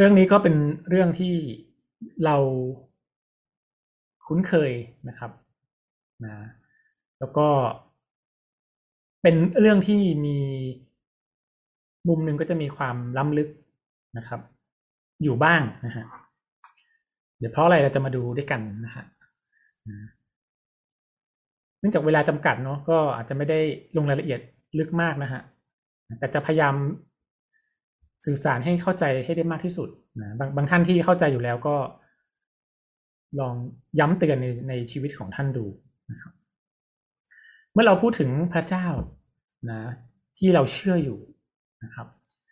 เรื่องนี้ก็เป็นเรื่องที่เราคุ้นเคยนะครับนะแล้วก็เป็นเรื่องที่มีมุมหนึ่งก็จะมีความล้ำลึกนะครับอยู่บ้างนะฮะเดี๋ยวเพราะอะไรเราจะมาดูด้วยกันนะฮะเนื่องจากเวลาจำกัดเนาะก็อาจจะไม่ได้ลงรายละเอียดลึกมากนะฮะแต่จะพยายามสื่อสารให้เข้าใจให้ได้มากที่สุดนะบางท่านที่เข้าใจอยู่แล้วก็ลองย้ำเตือนในชีวิตของท่านดูนะครับเมื่อเราพูดถึงพระเจ้านะที่เราเชื่ออยู่นะครับ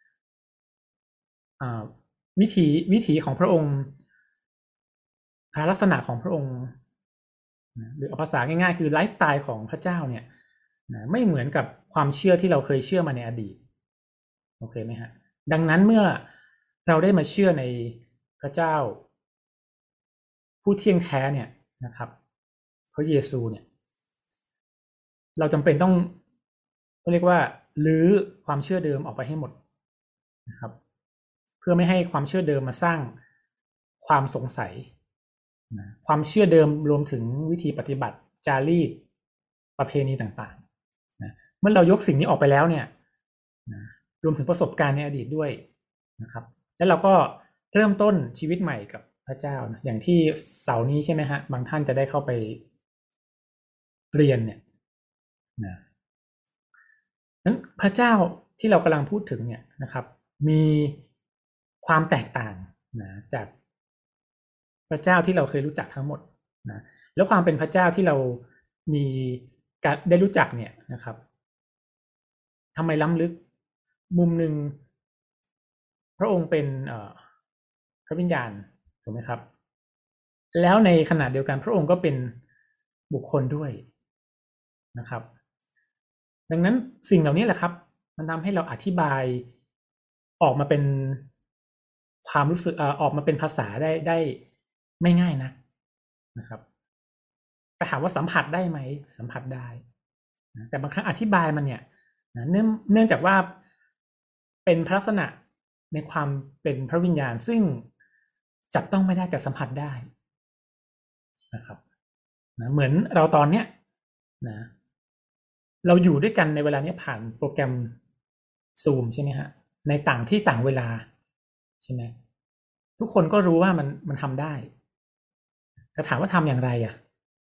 วิถีของพระองค์ลักษณะของพระองค์นะหรือเอาภาษาง่ายๆคือไลฟ์สไตล์ของพระเจ้าเนี่ยนะไม่เหมือนกับความเชื่อที่เราเคยเชื่อมาในอดีตโอเคไหมฮะดังนั้นเมื่อเราได้มาเชื่อในพระเจ้าผู้เที่ยงแท้เนี่ยนะครับพระเยซูเนี่ยเราจำเป็นต้องเรียกว่าลื้อความเชื่อเดิมออกไปให้หมดนะครับเพื่อไม่ให้ความเชื่อเดิมมาสร้างความสงสัยนะความเชื่อเดิมรวมถึงวิธีปฏิบัติจารีตประเพณีต่างๆนะเมื่อเรายกสิ่งนี้ออกไปแล้วเนี่ยนะรวมถึงประสบการณ์ในอดีตด้วยนะครับแล้วเราก็เริ่มต้นชีวิตใหม่กับพระเจ้านะอย่างที่เสาร์นี้ใช่ไหมฮะบางท่านจะได้เข้าไปเรียนเนี่ยนะนั้นพระเจ้าที่เรากำลังพูดถึงเนี่ยนะครับมีความแตกต่างนะจากพระเจ้าที่เราเคยรู้จักทั้งหมดนะแล้วความเป็นพระเจ้าที่เรามีการได้รู้จักเนี่ยนะครับทำไมล้ำลึกมุมหนึ่งพระองค์เป็นพระวิญญาณถูกไหมครับแล้วในขณะเดียวกันพระองค์ก็เป็นบุคคลด้วยนะครับดังนั้นสิ่งเหล่านี้แหละครับมันทำให้เราอธิบายออกมาเป็นความรู้สึกออกมาเป็นภาษาได้ไม่ง่ายนักนะครับแต่ถามว่าสัมผัสได้ไหมสัมผัสได้นะแต่บางครั้งอธิบายมันเนี่ยนะเนื่องจากว่าเป็นพระลักษณะในความเป็นพระวิญญาณซึ่งจับต้องไม่ได้แต่สัมผัสได้นะครับนะเหมือนเราตอนเนี้ยนะเราอยู่ด้วยกันในเวลานี้ผ่านโปรแกรมซูมใช่ไหมฮะในต่างที่ต่างเวลาใช่ไหมทุกคนก็รู้ว่ามันทำได้แต่ถามว่าทำอย่างไรอ่ะ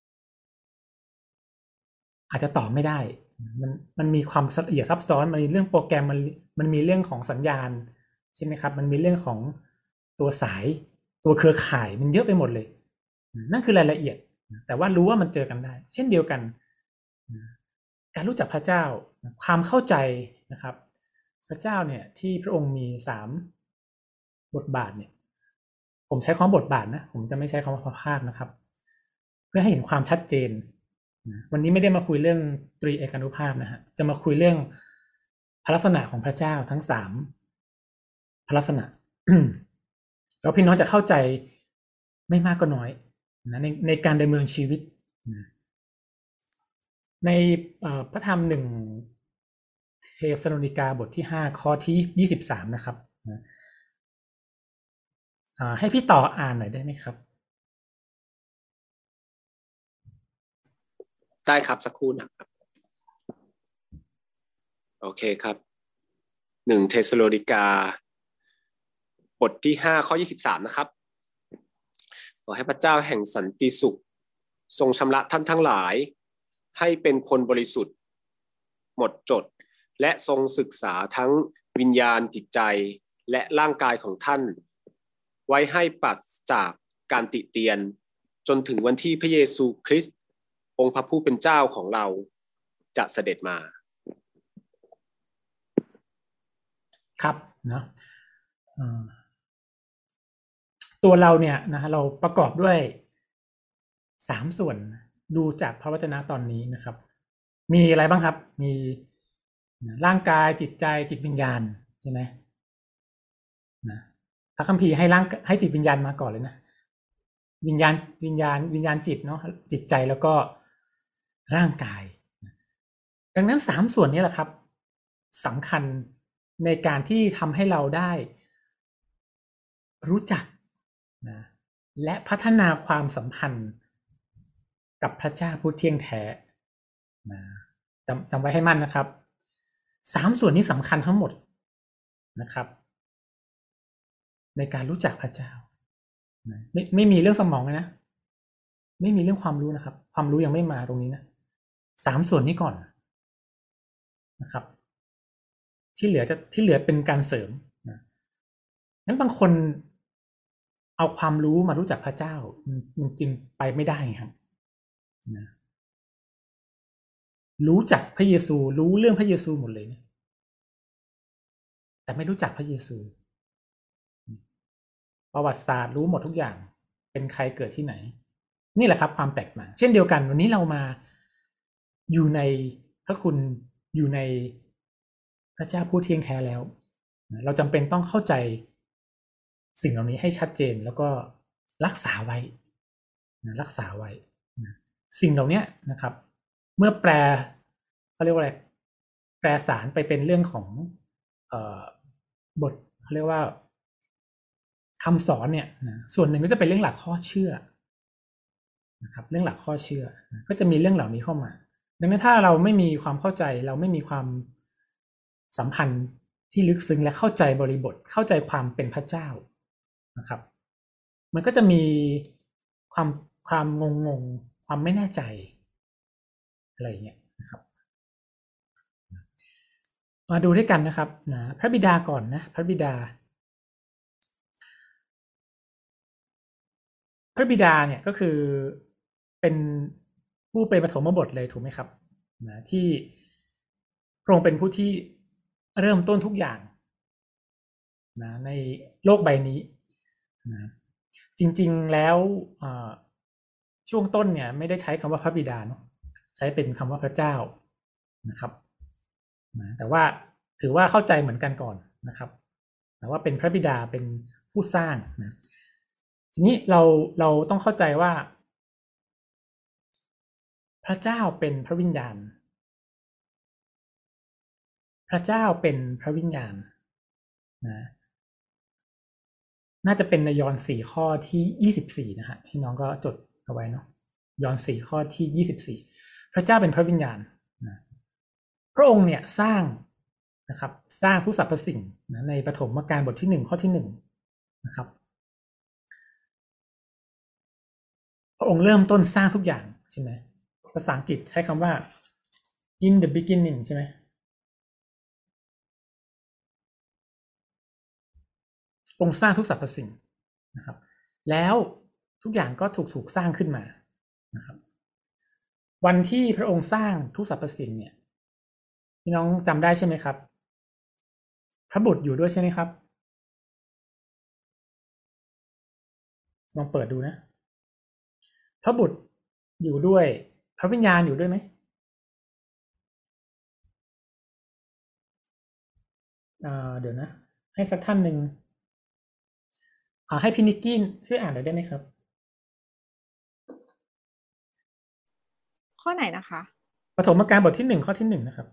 อาจจะตอบไม่ได้มันมีความละเอียดซับซ้อนมันมีเรื่องโปรแกรมมันมีเรื่องของสัญญาณใช่ไหมครับมันมีเรื่องของตัวสายตัวเครือข่ายมันเยอะไปหมดเลยนั่นคือรายละเอียดแต่ว่ารู้ว่ามันเจอกันได้เช่นเดียวกันการรู้จักพระเจ้าความเข้าใจนะครับพระเจ้าเนี่ยที่พระองค์มี3บทบาทเนี่ยผมใช้คำว่าบทบาทนะผมจะไม่ใช้คำว่าพระภาคนะครับเพื่อให้เห็นความชัดเจนวันนี้ไม่ได้มาคุยเรื่องตรีเอกานุภาพนะฮะจะมาคุยเรื่องพระลักษณะของพระเจ้าทั้ง3พระลักษณะแล้วพี่น้องจะเข้าใจไม่มากก็น้อยนะในการดำเนินชีวิตนะในพระธรรม1เทสโลนิกาบทที่5ข้อที่23นะครับให้พี่ต่ออ่านหน่อยได้ไหมครับได้ครับสักครู่นะครับโอเคครับ1เทสโลนิกาบทที่5ข้อ23นะครับขอให้พระเจ้าแห่งสันติสุขทรงชำระท่านทั้งหลายให้เป็นคนบริสุทธิ์หมดจดและทรงศึกษาทั้งวิญญาณจิตใจและร่างกายของท่านไว้ให้ปราศจากการติเตียนจนถึงวันที่พระเยซูคริสต์องค์พระผู้เป็นเจ้าของเราจะเสด็จมาครับเนาะตัวเราเนี่ยนะเราประกอบด้วย3ส่วนดูจากพระวจนะตอนนี้นะครับมีอะไรบ้างครับมีร่างกายจิตใจจิตวิญญาณใช่ไหมนะพระคัมภีร์ให้จิตวิญญาณมาก่อนเลยนะวิญญาณจิตเนาะจิตใจแล้วก็ร่างกายดังนั้น3ส่วนนี้แหละครับสำคัญในการที่ทำให้เราได้รู้จักนะและพัฒนาความสัมพันธ์กับพระเจ้าผู้เที่ยงแท้นะจำไว้ให้มั่นนะครับ3ส่วนนี้สำคัญทั้งหมดนะครับในการรู้จักพระเจ้านะไม่มีเรื่องสมองนะไม่มีเรื่องความรู้นะครับความรู้ยังไม่มาตรงนี้นะ3ส่วนนี้ก่อนนะครับที่เหลือเป็นการเสริมนะงั้นบางคนเอาความรู้มารู้จักพระเจ้ามันจึงไปไม่ได้ครับนะรู้จักพระเยซูรู้เรื่องพระเยซูหมดเลยนะแต่ไม่รู้จักพระเยซูประวัติศาสตร์รู้หมดทุกอย่างเป็นใครเกิดที่ไหนนี่แหละครับความแตกต่างเช่นเดียวกันวันนี้เรามาอยู่ในพระคุณอยู่ในพระเจ้าผู้เที่ยงแท้แล้วเราจำเป็นต้องเข้าใจสิ่งเหล่านี้ให้ชัดเจนแล้วก็รักษาไว้รักษาไว้สิ่งเหล่านี้นะครับเมื่อแปลเขาเรียกว่าอะไรแปลสารไปเป็นเรื่องของบทเขาเรียกว่าคำสอนเนี่ยส่วนหนึ่งก็จะเป็นเรื่องหลักข้อเชื่อนะครับเรื่องหลักข้อเชื่อก็จะมีเรื่องเหล่านี้เข้ามาดังนั้นถ้าเราไม่มีความเข้าใจเราไม่มีความสัมพันธ์ที่ลึกซึ้งและเข้าใจบริบทเข้าใจความเป็นพระเจ้านะครับมันก็จะมีความงงความไม่แน่ใจอะไรอย่างเงี้ยนะครับมาดูด้วยกันนะครับนะพระบิดาก่อนนะพระบิดาเนี่ยก็คือเป็นผู้เป็นปฐมบทเลยถูกไหมครับนะที่พระองค์เป็นผู้ที่เริ่มต้นทุกอย่างนะในโลกใบนี้นะจริงๆแล้วช่วงต้นเนี่ยไม่ได้ใช้คำว่าพระบิดาเนาะใช้เป็นคำว่าพระเจ้านะครับนะแต่ว่าถือว่าเข้าใจเหมือนกันก่อนนะครับแต่ว่าเป็นพระบิดาเป็นผู้สร้างนะทีนี้เราต้องเข้าใจว่าพระเจ้าเป็นพระวิญญาณพระเจ้าเป็นพระวิญญาณนะน่าจะเป็นในยอห์น4ข้อที่24นะฮะพี่น้องก็จดเอาไว้เนาะยอห์น4ข้อที่24พระเจ้าเป็นพระวิญญาณนะพระองค์เนี่ยสร้างนะครับสร้างทุกสรรพสิ่งนะในปฐมกาลบทที่1ข้อที่1นะครับพระองค์เริ่มต้นสร้างทุกอย่างใช่ไหมภาษาอังกฤษใช้คำว่า in the beginning ใช่ไหมองค์สร้างทุกสรรพสิ่งนะครับแล้วทุกอย่างก็ถูกสร้างขึ้นมานะครับวันที่พระองค์สร้างทุกสรรพสิ่งเนี่ยพี่น้องจำได้ใช่ไหมครับพระบุตรอยู่ด้วยใช่ไหมครับลองเปิดดูนะพระบุตรอยู่ด้วยพระวิญญาณอยู่ด้วยไหมเดี๋ยวนะให้สักท่านหนึ่งให้พี่นิกกี้ช่วยอ่านหน่อยได้ไหมครับข้อไหนนะคะปฐมกาลบทที่1ข้อที่1นะครับ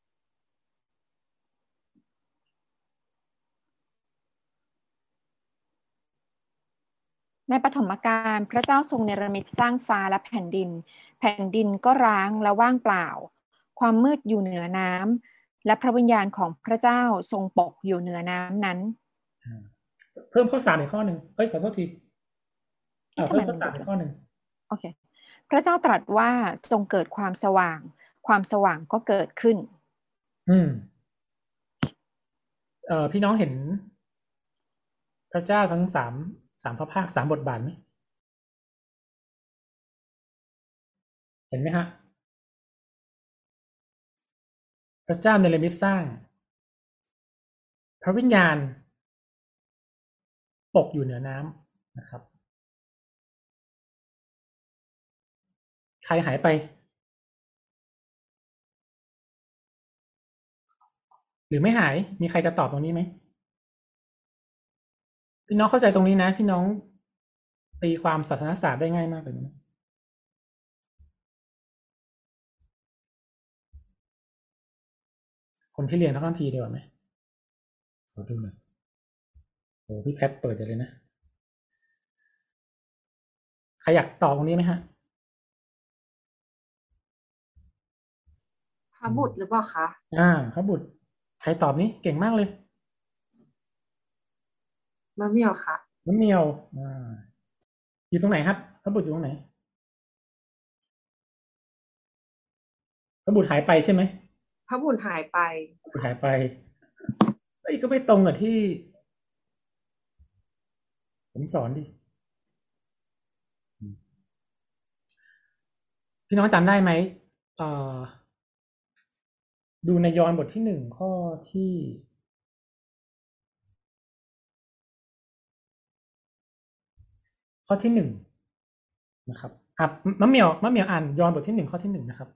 ในปฐมกาลพระเจ้าทรงเนรมิตสร้างฟ้าและแผ่นดินแผ่นดินก็ร้างและว่างเปล่าความมืดอยู่เหนือน้ำและพระวิญญาณของพระเจ้าทรงปกอยู่เหนือน้ำนั้นเพิ่มข้อ3อีกข้อหนึ่งขอโทษทีเพิ่มข้อ3อีกข้อหนึ่งโอเคพระเจ้าตรัสว่าจงเกิดความสว่างความสว่างก็เกิดขึ้นพี่น้องเห็นพระเจ้าทั้ง3พระภาค3บทบาทไหมเห็นไหมฮะพระเจ้าเนรมิตสร้างพระวิญญาณปกอยู่เหนือน้ำนะครับใครหายไปหรือไม่หายมีใครจะตอบตรงนี้ไหมพี่น้องเข้าใจตรงนี้นะพี่น้องตีความศาสนศาสตร์ได้ง่ายมากเลยนะคนที่เรียนพระคัมภีร์ดีกว่าไหมขอดูหน่อยโอ้พี่แพทเปิดจะเลยนะใครอยากตอบตรงนี้ไหมฮะพระบุตรหรือเปล่าคะพระบุตรใครตอบนี้เก่งมากเลยมะเหมี่ยวค่ะน้ำเมียวอยู่ตรงไหนครับพระบุตรอยู่ตรงไหนพระบุตรหายไปใช่ไหมพระบุตรหายไปพระบุตรหายไปเอ้ยก็ไม่ตรงกับที่ผมสอนดิพี่น้องจำได้ไหมดูในยอห์นบทที่1ข้อที่1นะครับมะเหมียวอ่านยอห์นบทที่1ข้อที่1นะครับ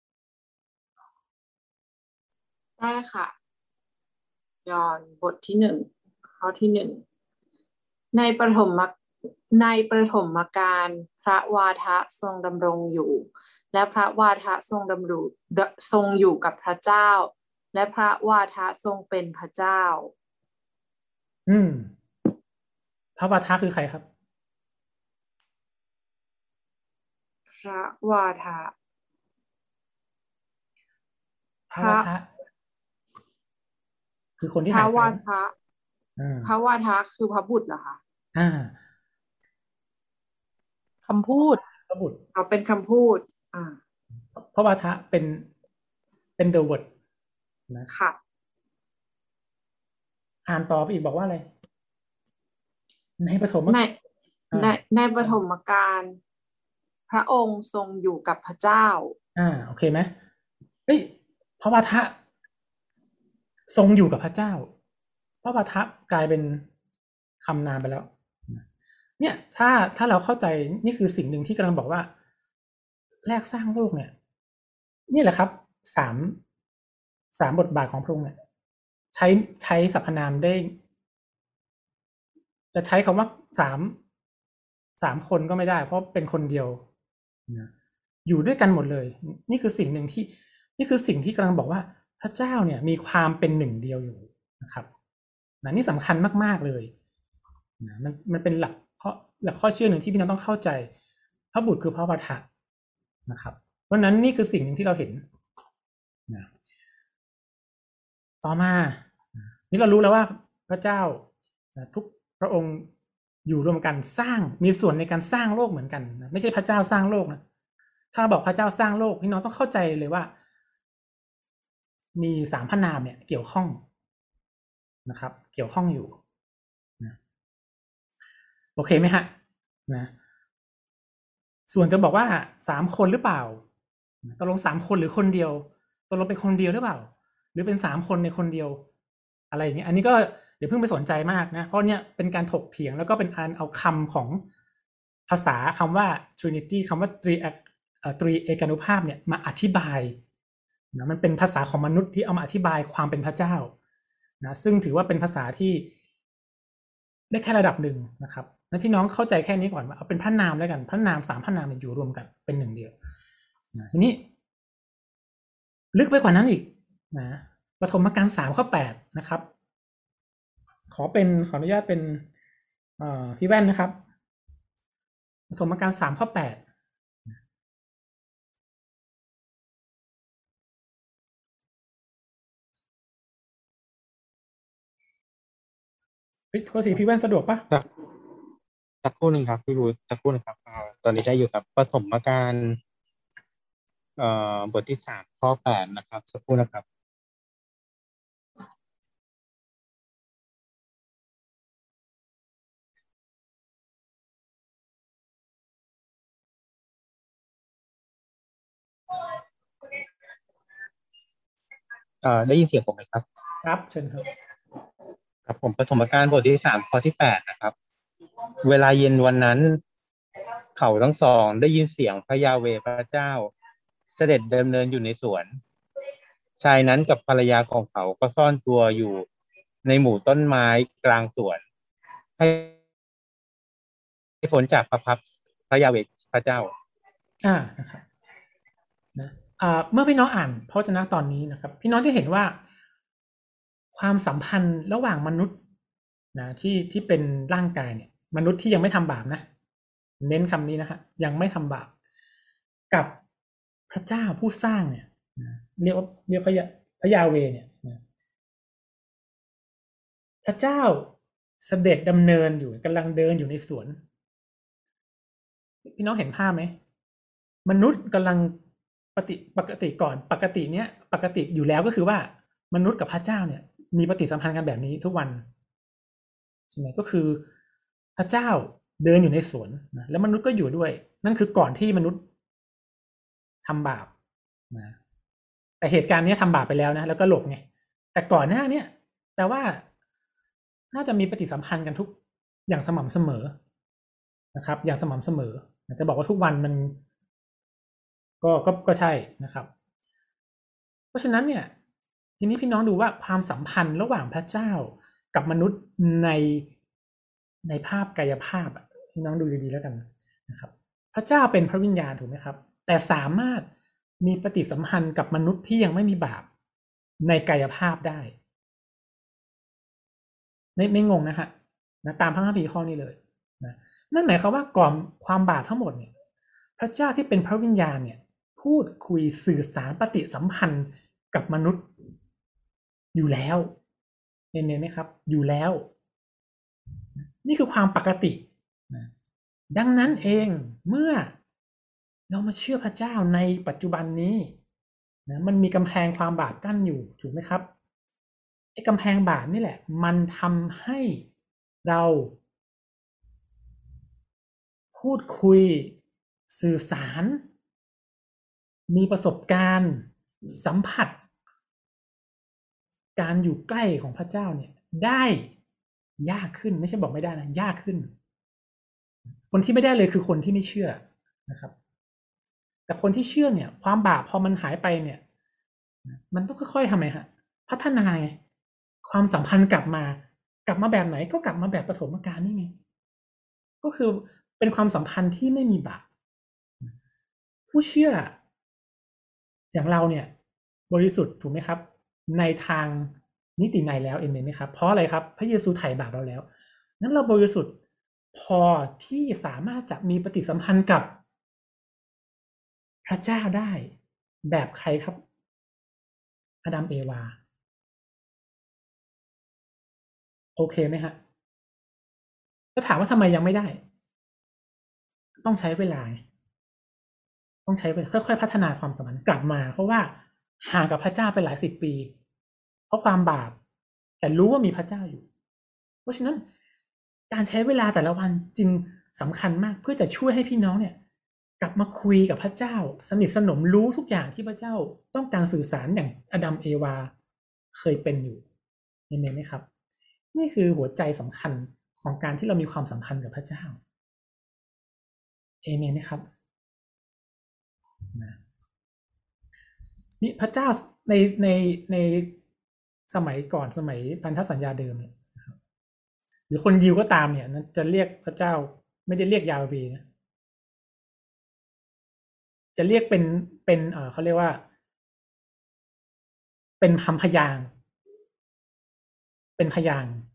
ได้ค่ะยอห์นบทที่ข้อที่ในปฐมกาลพระวาทะทรงดำรงอยู่และพระวาทะทรงอยู่กับพระเจ้าและพระวาทะทรงเป็นพระเจ้าพระวาทะคือใครครับพระวาทะคือคนที่พระวาทะพระวาทะคือพระบุตรเหรอคะคำพูดพระบุตรเป็นคำพูดพระวาทะเป็น the word นะค่ะอ่านต่อไปอีกบอกว่าอะไรในปฐมกาลพระองค์ทรงอยู่กับพระเจ้าโอเคไหมเฮ้ยพระวาทะทรงอยู่กับพระเจ้าพระวาทะกลายเป็นคำนามไปแล้วเนี่ยถ้าเราเข้าใจนี่คือสิ่งหนึ่งที่กำลังบอกว่าแรกสร้างโลกเนี่ยนี่แหละครับสามบทบาทของพระองค์เนี่ยใช้สรรพนามได้จะใช้คำว่าสามคนก็ไม่ได้เพราะเป็นคนเดียวนะอยู่ด้วยกันหมดเลยนี่คือสิ่งที่กำลังบอกว่าพระเจ้าเนี่ยมีความเป็นหนึ่งเดียวอยู่นะครับนี่สำคัญมากๆเลยนะมันเป็นหลักข้อเชื่อหนึ่งที่พี่น้องต้องเข้าใจพระบุตรคือพระวาทะนะครับเพราะนั้นนี่คือสิ่งหนึ่งที่เราเห็นนะต่อมานี่เรารู้แล้วว่าพระเจ้าทุกพระองค์อยู่รวมกันมีส่วนในการสร้างโลกเหมือนกันนะไม่ใช่พระเจ้าสร้างโลกนะถ้าบอกพระเจ้าสร้างโลกพี่น้องต้องเข้าใจเลยว่ามี3พระนามเนี่ยเกี่ยวข้องนะครับเกี่ยวข้องอยู่นะโอเคไหมฮะนะส่วนจะบอกว่า3คนหรือเปล่าตกลง3คนหรือคนเดียวตกลงเป็นคนเดียวหรือเปล่าหรือเป็น3คนในคนเดียวอะไรอย่างเงี้ยอันนี้ก็เดี๋ยวเพิ่งไปสนใจมากนะเพราะเนี่ยเป็นการถกเถียงแล้วก็เป็นการเอาคำของภาษาคำว่า Trinity คำว่าตรีเอกานุภาพเนี่ยมาอธิบายนะมันเป็นภาษาของมนุษย์ที่เอามาอธิบายความเป็นพระเจ้านะซึ่งถือว่าเป็นภาษาที่ได้แค่ระดับหนึ่งนะครับนั้นพี่น้องเข้าใจแค่นี้ก่อนว่าเอาเป็นพระนามแล้วกันพระนาม3พระนามอยู่รวมกันเป็นหนึ่งเดียวนะทีนี้ลึกไปกว่านั้นอีกนะปฐมกาล3ข้อ8นะครับขออนุญาตเป็นพี่แว่นนะครับปฐมกาล3ข้อ8โทษทีพี่แว่นสะดวกปะสักครู่หนึ่งครับพี่รู้สักครู่หนึ่งครับตอนนี้ได้อยู่กับปฐมกาลบทที่3ข้อ8นะครับสักครู่นะครับได้ยินเสียงผมไหมครับครับเชิญครับครับผมปฐมกาลบทที่3ข้อที่8นะครับเวลาเย็นวันนั้นเขาทั้งสองได้ยินเสียงพระยาเวห์พระเจ้าเสด็จดำเนินอยู่ในสวนชายนั้นกับภรรยาของเขาก็ซ่อนตัวอยู่ในหมู่ต้นไม้กลางสวนให้พ้นจากพระพักตร์พระยาเวห์พระเจ้านะครับนะเมื่อพี่น้องอ่านพระวจนะตอนนี้นะครับพี่น้องจะเห็นว่าความสัมพันธ์ระหว่างมนุษย์นะที่เป็นร่างกายเนี่ยมนุษย์ที่ยังไม่ทำบาปนะเน้นคำนี้นะฮะยังไม่ทำบาปกับพระเจ้าผู้สร้างเนี่ยนะเรียกพระยาเวเนี่ยนะพระเจ้าเสด็จดำเนินอยู่กำลังเดินอยู่ในสวนพี่น้องเห็นภาพไหมมนุษย์กำลังปกติก่อนปกติเนี้ยปกติอยู่แล้วก็คือว่ามนุษย์กับพระเจ้าเนี่ยมีปฏิสัมพันธ์กันแบบนี้ทุกวันใช่ไหมก็คือพระเจ้าเดินอยู่ในสวนนะแล้วมนุษย์ก็อยู่ด้วยนั่นคือก่อนที่มนุษย์ทำบาปนะแต่เหตุการณ์นี้ทำบาปไปแล้วนะแล้วก็หลบไงแต่ก่อนหน้านี้แปลว่าน่าจะมีปฏิสัมพันธ์กันทุกอย่างสม่ำเสมอนะครับอย่างสม่ำเสมอจะบอกว่าทุกวันมันก็ใช่นะครับเพราะฉะนั้นเนี่ยทีนี้พี่น้องดูว่าความสัมพันธ์ระหว่างพระเจ้ากับมนุษย์ในภาพกายภาพพี่น้องดูดีๆแล้วกันนะครับพระเจ้าเป็นพระวิญญาณถูกไหมครับแต่สามารถมีปฏิสัมพันธ์กับมนุษย์ที่ยังไม่มีบาปในกายภาพได้ไม่งงนะฮะตามพระคัมภีร์ข้อนี้เลยนะนั่นหมายความว่าก่อนความบาปทั้งหมดเนี่ยพระเจ้าที่เป็นพระวิญญาณเนี่ยพูดคุยสื่อสารปฏิสัมพันธ์กับมนุษย์อยู่แล้วเห็นไหมครับอยู่แล้วนี่คือความปกตินะดังนั้นเองเมื่อเรามาเชื่อพระเจ้าในปัจจุบันนี้นะมันมีกำแพงความบาปกั้นอยู่ถูกไหมครับไอ้กำแพงบาปนี่แหละมันทำให้เราพูดคุยสื่อสารมีประสบการณ์สัมผัสการอยู่ใกล้ของพระเจ้าเนี่ยได้ยากขึ้นไม่ใช่บอกไม่ได้นะยากขึ้นคนที่ไม่ได้เลยคือคนที่ไม่เชื่อนะครับแต่คนที่เชื่อเนี่ยความบาปพอมันหายไปเนี่ยมันต้องค่อยๆทำไมฮะพัฒนาไงความสัมพันธ์กลับมาแบบไหนก็กลับมาแบบปฐมกาลนี่ไงก็คือเป็นความสัมพันธ์ที่ไม่มีบาปผู้เชื่ออย่างเราเนี่ยบริสุทธิ์ถูกไหมครับในทางนิตินัยแล้วเอเมนไหมครับเพราะอะไรครับพระเยซูไถ่บาปเราแล้วนั้นเราบริสุทธิ์พอที่สามารถจะมีปฏิสัมพันธ์กับพระเจ้าได้แบบใครครับอาดัมเอวาโอเคไหมฮะแล้วถามว่าทำไมยังไม่ได้ต้องใช้เวลาต้องใช้เวลาค่อยๆพัฒนาความสัมพันธ์กลับมาเพราะว่าห่างกับพระเจ้าไปหลายสิบปีเพราะความบาปแต่รู้ว่ามีพระเจ้าอยู่เพราะฉะนั้นการใช้เวลาแต่ละวันจึงสำคัญมากเพื่อจะช่วยให้พี่น้องเนี่ยกลับมาคุยกับพระเจ้าสนิทสนมรู้ทุกอย่างที่พระเจ้าต้องการสื่อสารอย่างอาดัมเอวาเคยเป็นอยู่เห็นไหมครับนี่คือหัวใจสำคัญของการที่เรามีความสัมพันธ์กับพระเจ้าเอเมนไหมครับนี่พระเจ้าในสมัยก่อนสมัยพันธสัญญาเดิมเนี่ยหรือคนยิวก็ตามเนี่ยจะเรียกพระเจ้าไม่ได้เรียกยาเวนะจะเรียกเป็นเขาเรียกว่าเป็นคำพยางค์เป็นพยางค์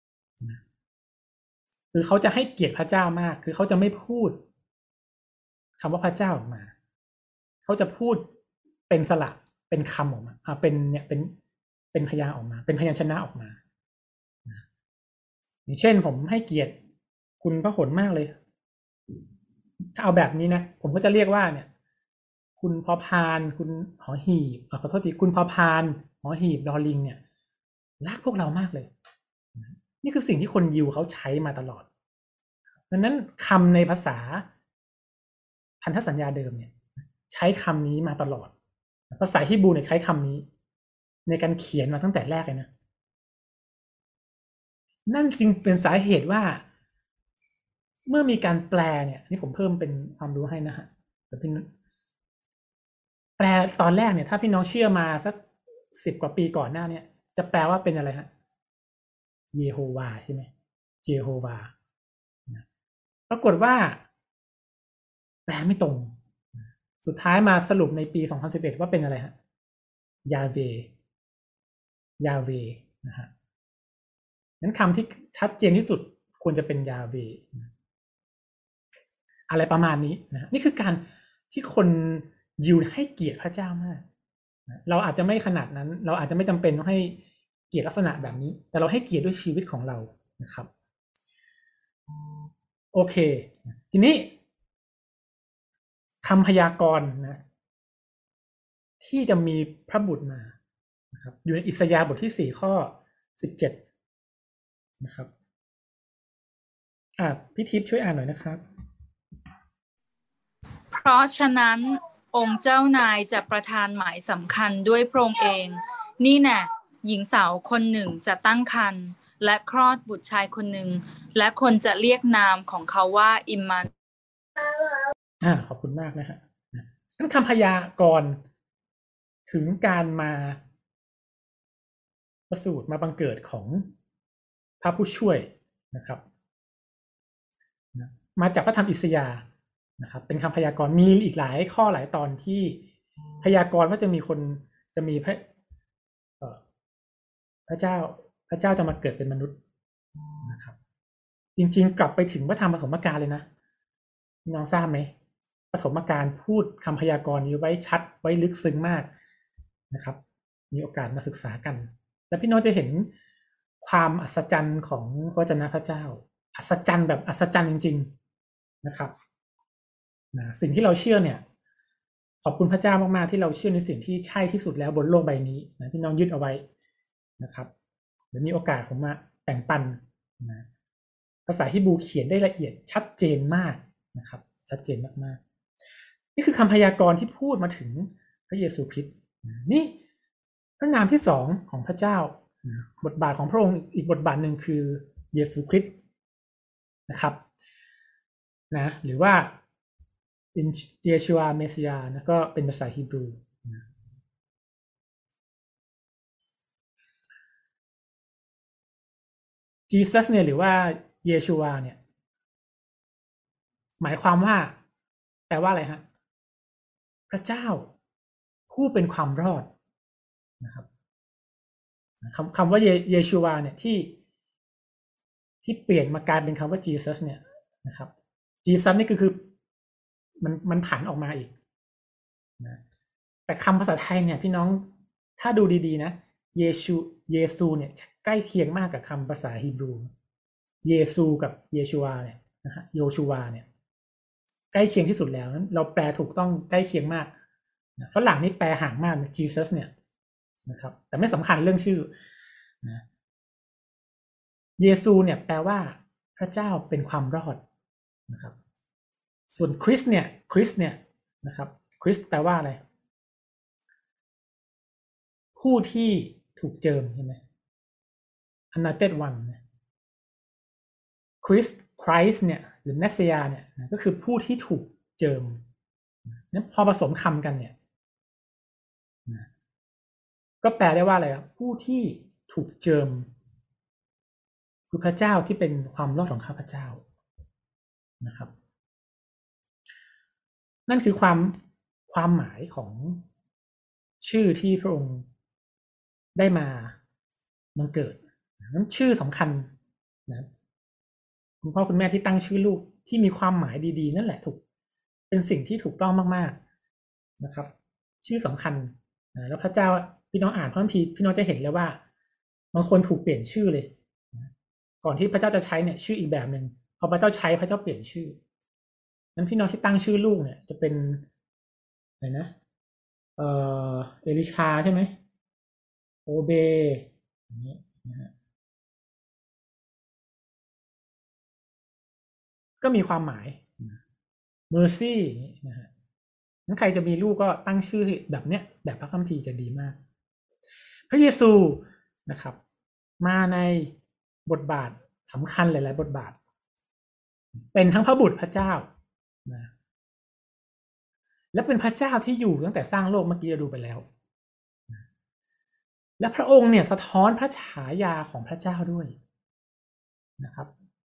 คือเขาจะให้เกียรติพระเจ้ามากคือเขาจะไม่พูดคำว่าพระเจ้าออกมาเขาจะพูดเป็นสระเป็นคำออกมาเป็นพยางค์ออกมาเป็นพยัญชนะออกมาอย่างเช่นผมให้เกียรติคุณพระหลมากเลยถ้าเอาแบบนี้นะผมก็จะเรียกว่าเนี่ยคุณพอพานคุณหอหีบขอโทษทีคุณพอพานหอหีบดอลิงเนี่ยรักพวกเรามากเลยนี่คือสิ่งที่คนยิวเขาใช้มาตลอดดังนั้นคำในภาษาพันธสัญญาเดิมเนี่ยใช้คำนี้มาตลอดภาษาฮีบรูเนี่ยใช้คำนี้ในการเขียนมาตั้งแต่แรกเลยนะนั่นจึงเป็นสาเหตุว่าเมื่อมีการแปลเนี่ยนี่ผมเพิ่มเป็นความรู้ให้นะฮะแต่พี่แปลตอนแรกเนี่ยถ้าพี่น้องเชื่อมาสัก10 กว่าปีก่อนหน้าเนี่ยจะแปลว่าเป็นอะไรฮะเยโฮวาใช่ไหมเยโฮวาปรากฏว่าแปลไม่ตรงสุดท้ายมาสรุปในปี2011ว่าเป็นอะไรฮะยาเวนะฮะนั้นคำที่ชัดเจนที่สุดควรจะเป็นยาเวห์อะไรประมาณนี้นะนี่คือการที่คนยิวให้เกียรติพระเจ้ามากเราอาจจะไม่ขนาดนั้นเราอาจจะไม่จำเป็นต้องให้เกียรติลักษณะแบบนี้แต่เราให้เกียรติด้วยชีวิตของเรานะครับโอเคทีนี้คำพยากรณ์นะที่จะมีพระบุตรมานะครับอยู่ในอิสยาห์บทที่4ข้อ17นะครับพี่ทิพย์ช่วยอ่านหน่อยนะครับเพราะฉะนั้นองค์เจ้านายจะประทานหมายสำคัญด้วยพระองค์เองนี่แน่หญิงสาวคนหนึ่งจะตั้งครรภ์และคลอดบุตรชายคนหนึ่งและคนจะเรียกนามของเขาว่าอิมมานูเอลขอบคุณมากนะฮะนั่นคำพยากรณ์ถึงการมาประสูติมาบังเกิดของพระผู้ช่วยนะครับมาจากพระธรรมอิสยาห์นะครับเป็นคำพยากรณ์มีอีกหลายข้อหลายตอนที่พยากรณ์ว่าจะมีพระเจ้าจะมาเกิดเป็นมนุษย์นะครับจริงๆกลับไปถึงพระธรรมปฐมกาลเลยนะน้องทราบไหมปฐมกาลพูดคำพยากรณ์นี้ไว้ชัดไว้ลึกซึ้งมากนะครับมีโอกาสมาศึกษากันแล้วพี่น้องจะเห็นความอัศจรรย์ของพระวจนะพระเจ้าอัศจรรย์แบบอัศจรรย์จริงๆนะครับสิ่งที่เราเชื่อเนี่ยขอบคุณพระเจ้ามากๆที่เราเชื่อในสิ่งที่ใช่ที่สุดแล้วบนโลกใบนี้นะพี่น้องยึดเอาไว้นะครับเดี๋ยวมีโอกาสผมมาแบ่งปันนะภาษาฮีบรูเขียนได้ละเอียดชัดเจนมากนะครับชัดเจนมากๆนี่คือคำพยากรณ์ที่พูดมาถึงพระเยซูคริสต์นี่พระนามที่2ของพระเจ้าบทบาทของพระองค์อีกบทบาทหนึ่งคือเยซูคริสต์นะครับนะหรือว่าเยชูอาเมสยานะก็เป็นภาษาฮีบรูนะJesus เนี่ยหรือว่าเยชูอาเนี่ยหมายความว่าแปลว่าอะไรฮะพระเจ้าผู้เป็นความรอดนะครับคำว่าเยชูอาเนี่ยที่เปลี่ยนมากลายเป็นคำว่า Jesus เนี่ยนะครับ Jesus นี่คือมันผันออกมาอีกนะแต่คำภาษาไทยเนี่ยพี่น้องถ้าดูดีๆนะเยซูเนี่ยใกล้เคียงมากกับคำภาษาฮีบรูเยซูกับเยชูอาเนี่ยนะฮะโยชูอาเนี่ยใกล้เคียงที่สุดแล้วนั้นเราแปลถูกต้องใกล้เคียงมากนะฝรั่งนี่แปลห่างมาก Jesus เนี่ยนะครับแต่ไม่สำคัญเรื่องชื่อนะเยซูเนี่ยแปลว่าพระเจ้าเป็นความรอดนะครับส่วนคริสเนี่ยนะครับคริสแปลว่าอะไรผู้ที่ถูกเจิมใช่ไหม anointed one คริสเนี่ยหรือเมสเซียเนี่ยก็คือผู้ที่ถูกเจิมนั้นพอผสมคำกันเนี่ยก็แปลได้ว่าอะไรครับผู้ที่ถูกเจิมคือพระเจ้าที่เป็นความรอดของข้าพเจ้านะครับนั่นคือความหมายของชื่อที่พระองค์ได้มาบังเกิดนั้นชื่อสำคัญนะคุณพ่อคุณแม่ที่ตั้งชื่อลูกที่มีความหมายดีๆนั่นแหละเป็นสิ่งที่ถูกต้องมากๆนะครับชื่อสำคัญแล้วพระเจ้าพี่น้องอ่านพระคัมภีร์พี่น้องจะเห็นเลยว่าบางคนถูกเปลี่ยนชื่อเลยก่อนที่พระเจ้าจะใช้เนี่ยชื่ออีกแบบหนึ่งพอพระเจ้าใช้พระเจ้าเปลี่ยนชื่อนั้นพี่น้องที่ตั้งชื่อลูกเนี่ยจะเป็นอะไรนะเอลิชาใช่ไหมโอเบอย่างนี้นะฮะก็มีความหมายเมอร์ซี่นะฮะงั้นใครจะมีลูกก็ตั้งชื่อแบบเนี้ยแบบพระคัมภีร์จะดีมากพระเยซูนะครับมาในบทบาทสำคัญหลายๆบทบาทเป็นทั้งพระบุตรพระเจ้านะและเป็นพระเจ้าที่อยู่ตั้งแต่สร้างโลกเมื่อกี้เราดูไปแล้วและพระองค์เนี่ยสะท้อนพระฉายาของพระเจ้าด้วยนะครับ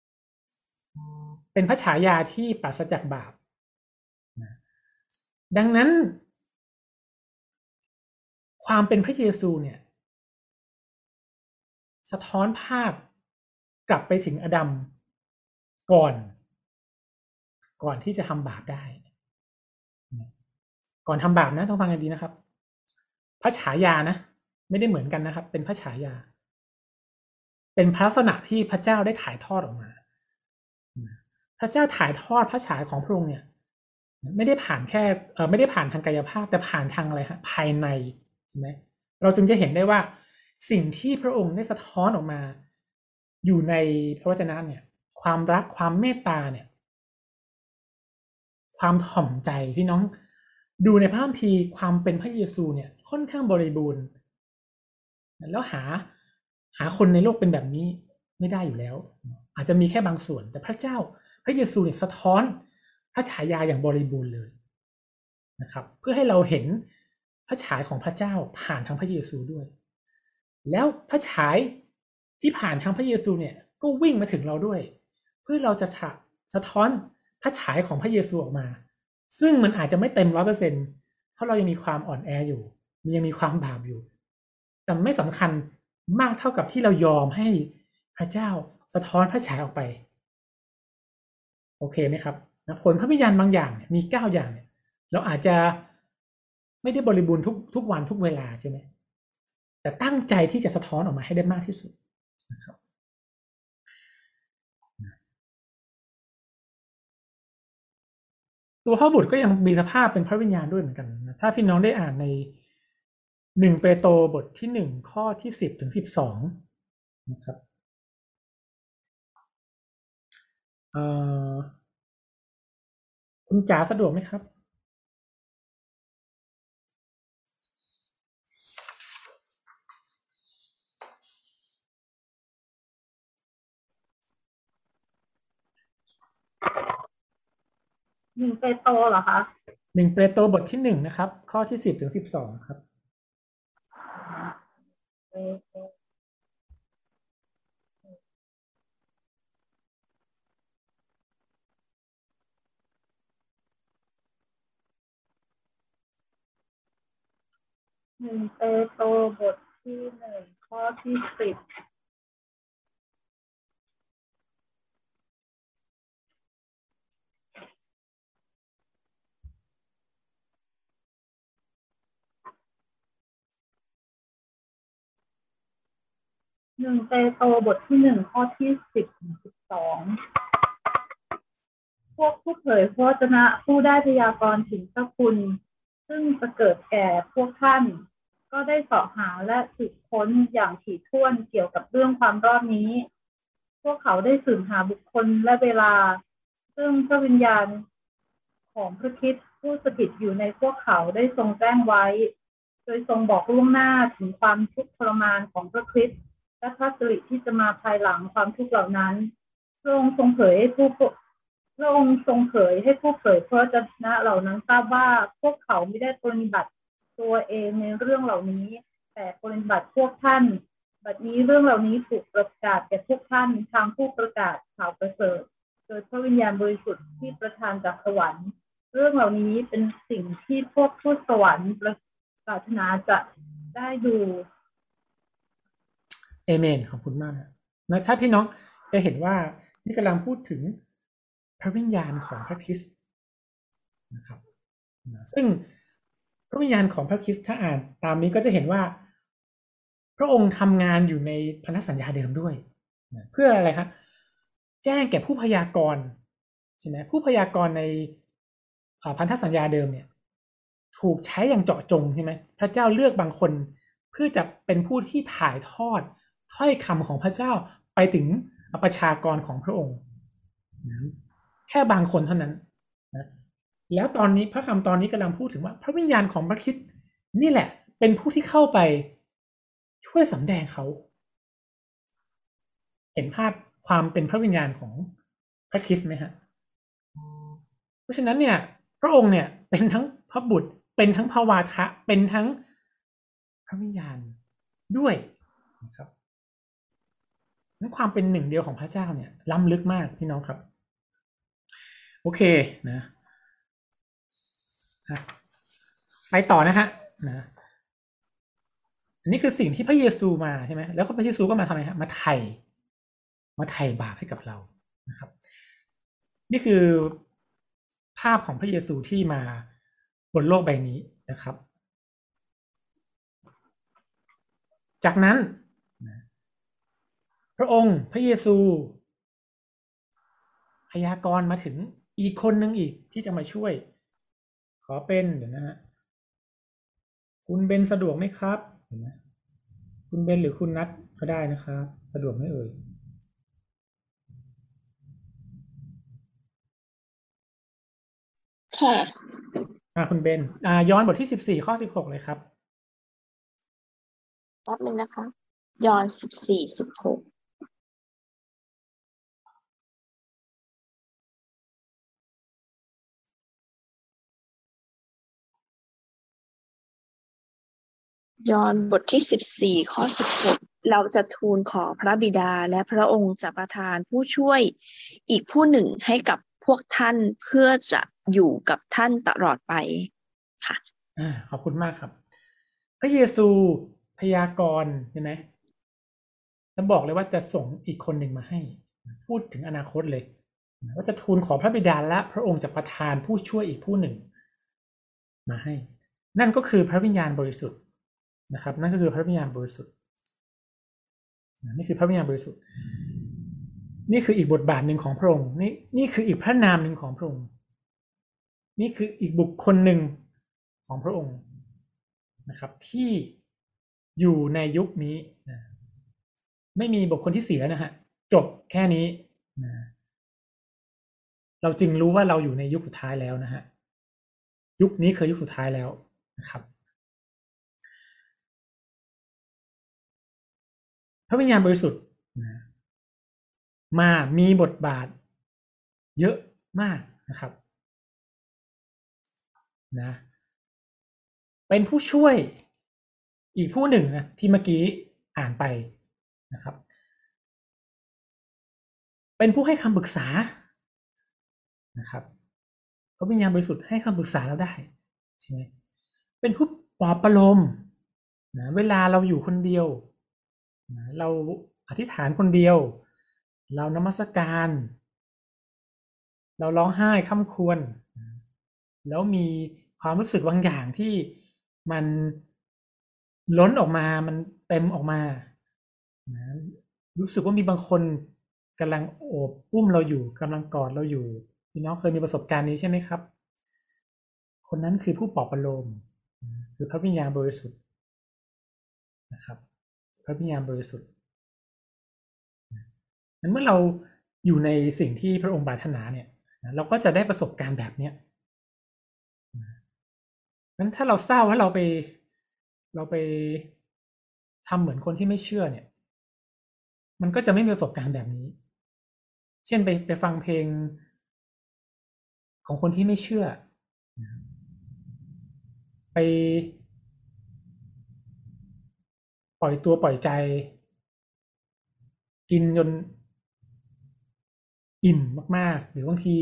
เป็นพระฉายาที่ปราศจากบาปนะดังนั้นความเป็นพระเยซูเนี่ยสะท้อนภาพกลับไปถึงอดัมก่อนที่จะทำบาปได้ก่อนทำบาปนะต้องฟังกันดีนะครับพระฉายานะไม่ได้เหมือนกันนะครับเป็นพระฉายาเป็นพระลักษณะที่พระเจ้าได้ถ่ายทอดออกมาพระเจ้าถ่ายทอดพระฉายของพระองค์เนี่ยไม่ได้ผ่านแค่ไม่ได้ผ่านทางกายภาพแต่ผ่านทางอะไรฮะภายในใช่ไหมเราจึงจะเห็นได้ว่าสิ่งที่พระองค์ได้สะท้อนออกมาอยู่ในพระวจนะเนี่ยความรักความเมตตาเนี่ยความถ่อมใจพี่น้องดูในพระคัมภีร์ความเป็นพระเยซูเนี่ยค่อนข้างบริบูรณ์แล้วหาคนในโลกเป็นแบบนี้ไม่ได้อยู่แล้วอาจจะมีแค่บางส่วนแต่พระเจ้าพระเยซูเนี่ยสะท้อนพระฉายาอย่างบริบูรณ์เลยนะครับเพื่อให้เราเห็นพระฉายของพระเจ้าผ่านทางพระเยซูด้วยแล้วพระฉายที่ผ่านทางพระเยซูเนี่ยก็วิ่งมาถึงเราด้วยเพื่อเราจะสะท้อนพระฉายของพระเยซูออกมาซึ่งมันอาจจะไม่เต็ม 100% เพราะเรายังมีความอ่อนแออยู่มันยังมีความบาปอยู่แต่ไม่สำคัญมากเท่ากับที่เรายอมให้พระเจ้าสะท้อนพระฉายออกไปโอเคไหมครับผลพระวิญญาณบางอย่างเนี่ยมี9อย่างเนี่ยเราอาจจะไม่ได้บริบูรณ์ทุกวันทุกเวลาใช่ไหมแต่ตั้งใจที่จะสะท้อนออกมาให้ได้มากที่สุดนะครับตัวพระบุตรก็ยังมีสภาพเป็นพระวิญญาณด้วยเหมือนกันนะถ้าพี่น้องได้อ่านใน1 เปโตรบทที่1ข้อที่10 ถึง 12นะครับคุณจ๋าสะดวกไหมครับ 1 เปโตรเหรอคะ 1 เปโตรบทที่1นะครับข้อที่10 ถึง 12ครับ 1 เปโตรบทที่1ข้อที่10 1 เปโตรบทที่1ข้อที่10 ถึง 12พวกผู้เผยพระวจนะผู้ได้พยากรณ์ถึงพระคุณซึ่งจะเกิดแก่พวกท่านก็ได้เสาะหาและสืบค้นอย่างถี่ถ้วนเกี่ยวกับเรื่องความรอดนี้พวกเขาได้สืบหาบุคคลและเวลาซึ่งพระวิญญาณของพระคริสต์ผู้สถิตอยู่ในพวกเขาได้ทรงแจ้งไว้โดยทรงบอกล่วงหน้าถึงความทุกข์ทรมานของพระคริสต์และพระสิริที่จะมาภายหลังความทุกข์เหล่านั้นพระองค์ทรงเผยให้ผู้เผยพระพระวจนะเหล่านั้นทราบว่าพวกเขาไม่ได้ปฏิบัติตัวเองในเรื่องเหล่านี้แต่ปฏิบัติพวกท่านบัดนี้เรื่องเหล่านี้ถูกประกาศแก่พวกท่านทางผู้ประกาศข่าวประเสริฐโดยพระวิญญาณบริสุทธิ์ที่ประทานจากสวรรค์เรื่องเหล่านี้เป็นสิ่งที่พวกทูตสวรรค์ปรารถนาจะได้ดูเอเมนขอบคุณมากนะถ้าพี่น้องจะเห็นว่านี่กำลังพูดถึงพระวิญญาณของพระคริสต์นะครับซึ่งพระวิญญาณของพระคริสต์ถ้าอ่านตามนี้ก็จะเห็นว่าพระองค์ทำงานอยู่ในพันธสัญญาเดิมด้วยเพื่ออะไรครับแจ้งแก่ผู้พยากรณ์ใช่ไหมผู้พยากรณ์ในพันธสัญญาเดิมเนี่ยถูกใช้อย่างเจาะจงใช่ไหมพระเจ้าเลือกบางคนเพื่อจะเป็นผู้ที่ถ่ายทอดถ้อยคำของพระเจ้าไปถึงประชากรของพระองค์แค่บางคนเท่านั้นนะแล้วตอนนี้พระคำตอนนี้กำลังพูดถึงว่าพระวิญญาณของพระคริสต์นี่แหละเป็นผู้ที่เข้าไปช่วยสำแดงเขาเห็นภาพความเป็นพระวิญญาณของพระคริสต์ไหมฮะเพราะฉะนั้นเนี่ยพระองค์เนี่ยเป็นทั้งพระบุตรเป็นทั้งพระวาทะเป็นทั้งพระวิญญาณด้วยนะครับนั้นความเป็นหนึ่งเดียวของพระเจ้าเนี่ยล้ำลึกมากพี่น้องครับโอเคนะไปต่อนะฮะอันนี้คือสิ่งที่พระเยซูมาใช่ไหมแล้วพระเยซูก็มาทำไมฮะมาไถ่มาไถ่บาปให้กับเรานะครับนี่คือภาพของพระเยซูที่มาบนโลกใบนี้นะครับจากนั้นพระองค์พระเยซูพยากรณ์มาถึงอีกคนนึงอีกที่จะมาช่วยขอเป็นเดี๋ยวนะฮะคุณเบนสะดวกไหมครับเห็นไหมคุณเบนหรือคุณนัทก็ได้นะครับสะดวกไหมเอ่ยค่ะคุณเบนย้อนบทที่14ข้อ16เลยครับแป๊บนึงนะคะยอห์น14:16ยอห์นบทที่14ข้อ16เราจะทูลขอพระบิดาและพระองค์จะประทานผู้ช่วยอีกผู้หนึ่งให้กับพวกท่านเพื่อจะอยู่กับท่านตลอดไปค่ะขอบคุณมากครับพระเยซูพยากรณ์ใช่ไหมแล้วบอกเลยว่าจะส่งอีกคนหนึ่งมาให้พูดถึงอนาคตเลยว่าจะทูลขอพระบิดาและพระองค์จะประทานผู้ช่วยอีกผู้หนึ่งมาให้นั่นก็คือพระวิญญาณบริสุทธิ์นะครับนั่นก็คือพระวิญญาณบริสุทธิ์นี่คือพระวิญญาณบริสุทธิ์นี่คืออีกบทบาทหนึ่งของพระองค์นี่คืออีกพระนามหนึ่งของพระองค์นี่คืออีกบุคคลหนึ่งของพระองค์นะครับที่อยู่ในยุคนี้นะไม่มีบุคคลที่4แล้วนะฮะจบแค่นี้นะเราจึงรู้ว่าเราอยู่ในยุคสุดท้ายแล้วนะฮะยุคนี้คือยุคสุดท้ายแล้วนะครับพระวิญญาณบริสุทธิ์นะมามีบทบาทเยอะมากนะครับนะเป็นผู้ช่วยอีกผู้หนึ่งนะที่เมื่อกี้อ่านไปนะครับเป็นผู้ให้คำปรึกษานะครับพระวิญญาณบริสุทธิ์ให้คำปรึกษาเราได้ใช่ไหมเป็นผู้ปลอบประโลมนะเวลาเราอยู่คนเดียวนะเราอธิษฐานคนเดียวเรานมัสการเราร้องไห้ค่ำครวญแล้วมีความรู้สึกบางอย่างที่มันล้นออกมามันเต็มออกมานะรู้สึกว่ามีบางคนกำลังโอบอุ้มเราอยู่กำลังกอดเราอยู่พี่น้องเคยมีประสบการณ์นี้ใช่ไหมครับคนนั้นคือผู้ปลอบประโลมคือพระวิญญาณบริสุทธิ์นะครับพระวิญญาณบริสุทธิ์นั้นเมื่อเราอยู่ในสิ่งที่พระองค์ปรารถนาเนี่ยเราก็จะได้ประสบการณ์แบบเนี้ยงั้นถ้าเราเศร้าว่าเราไปทำเหมือนคนที่ไม่เชื่อเนี่ยมันก็จะไม่มีประสบการณ์แบบนี้เช่นไปฟังเพลงของคนที่ไม่เชื่อไปปล่อยตัวปล่อยใจกินจนอิ่มมากๆหรือบางที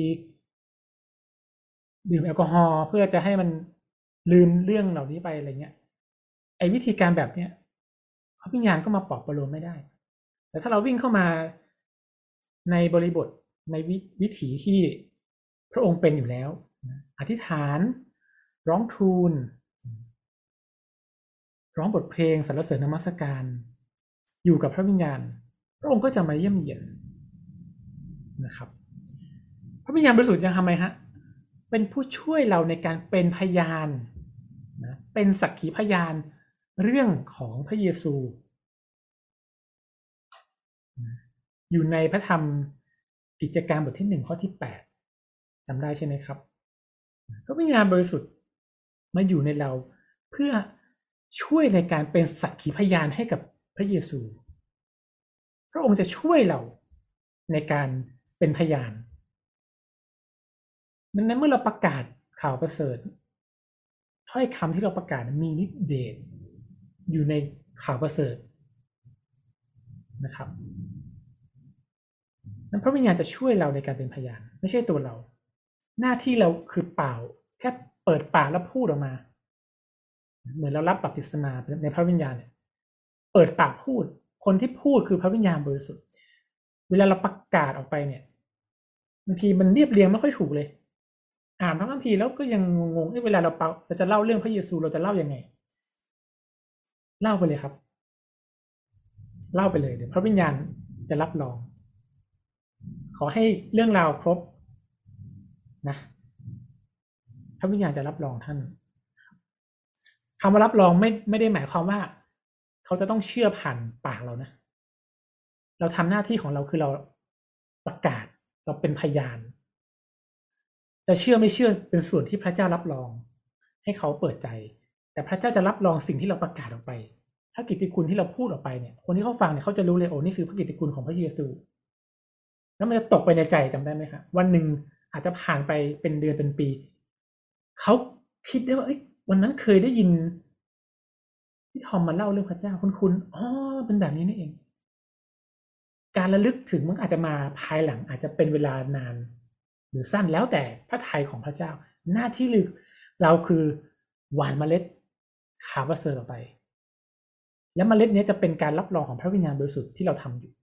ดื่มแอลกอฮอล์เพื่อจะให้มันลืมเรื่องเหล่านี้ไปอะไรเงี้ยไอ้วิธีการแบบเนี้ยพระวิญญาณก็มาปลอบประโลมไม่ได้แต่ถ้าเราวิ่งเข้ามาในบริบทในวิถีที่พระองค์เป็นอยู่แล้วอธิษฐานร้องทูลร้องบทเพลงสรรเสริญนมัสการอยู่กับพระวิญญาณพระองค์ก็จะมาเยี่ยมเยียนนะครับพระวิญญาณบริสุทธิ์ยังทำไมฮะเป็นผู้ช่วยเราในการเป็นพยานนะเป็นสักขีพยานเรื่องของพระเยซูอยู่ในพระธรรมกิจการบทที่1ข้อที่8จำได้ใช่ไหมครับพระวิญญาณบริสุทธิ์มาอยู่ในเราเพื่อช่วยในการเป็นสักขีพยานให้กับพระเยซูพระองค์จะช่วยเราในการเป็นพยานดังนั้นเมื่อเราประกาศข่าวประเสริฐถ้อยคำที่เราประกาศมีฤทธิ์เดชอยู่ในข่าวประเสริฐนะครับนั้นพระวิญญาณจะช่วยเราในการเป็นพยานไม่ใช่ตัวเราหน้าที่เราคือเปล่าแค่เปิดปากแล้วพูดออกมาเหมือนเรารับบัพติศมาในพระวิญญาณเนี่ยเปิดปากพูดคนที่พูดคือพระวิญญาณบริสุทธิ์เวลาเราประกาศออกไปเนี่ยบางทีมันเรียบเรียงไม่ค่อยถูกเลยอ่านพระคัมภีร์แล้วก็ยังงงเวลาเราจะเล่าเรื่องพระเยซูเราจะเล่ายังไงเล่าไปเลยครับเล่าไปเลยเดี๋ยวพระวิญญาณจะรับรองขอให้เรื่องราวครบนะพระวิญญาณจะรับรองท่านคำว่ารับรองไม่ได้หมายความว่าเขาจะต้องเชื่อผ่านปากเรานะเราทำหน้าที่ของเราคือเราประกาศเราเป็นพยานจะเชื่อไม่เชื่อเป็นส่วนที่พระเจ้ารับรองให้เขาเปิดใจแต่พระเจ้าจะรับรองสิ่งที่เราประกาศออกไปถ้ากิตติคุณที่เราพูดออกไปเนี่ยคนที่เขาฟังเนี่ยเขาจะรู้เลยโอ้นี่คือพระกิตติคุณของพระเยซูแล้วมันจะตกไปในใจจำได้ไหมครับวันหนึ่งอาจจะผ่านไปเป็นเดือนเป็นปีเขาคิดได้ว่าวันนั้นเคยได้ยินที่ทอมมาเล่าเรื่องพระเจ้าคุณอ๋อเป็นแบบนี้นี่เองการระลึกถึงมันอาจจะมาภายหลังอาจจะเป็นเวลานานหรือสั้นแล้วแต่พระทัยของพระเจ้าหน้าที่เราคือหว่านเมล็ดข่าวประเสริฐออกไปและเมล็ดนี้จะเป็นการรับรองของพระวิญญาณบริสุทธิ์ที่เราทำอยู่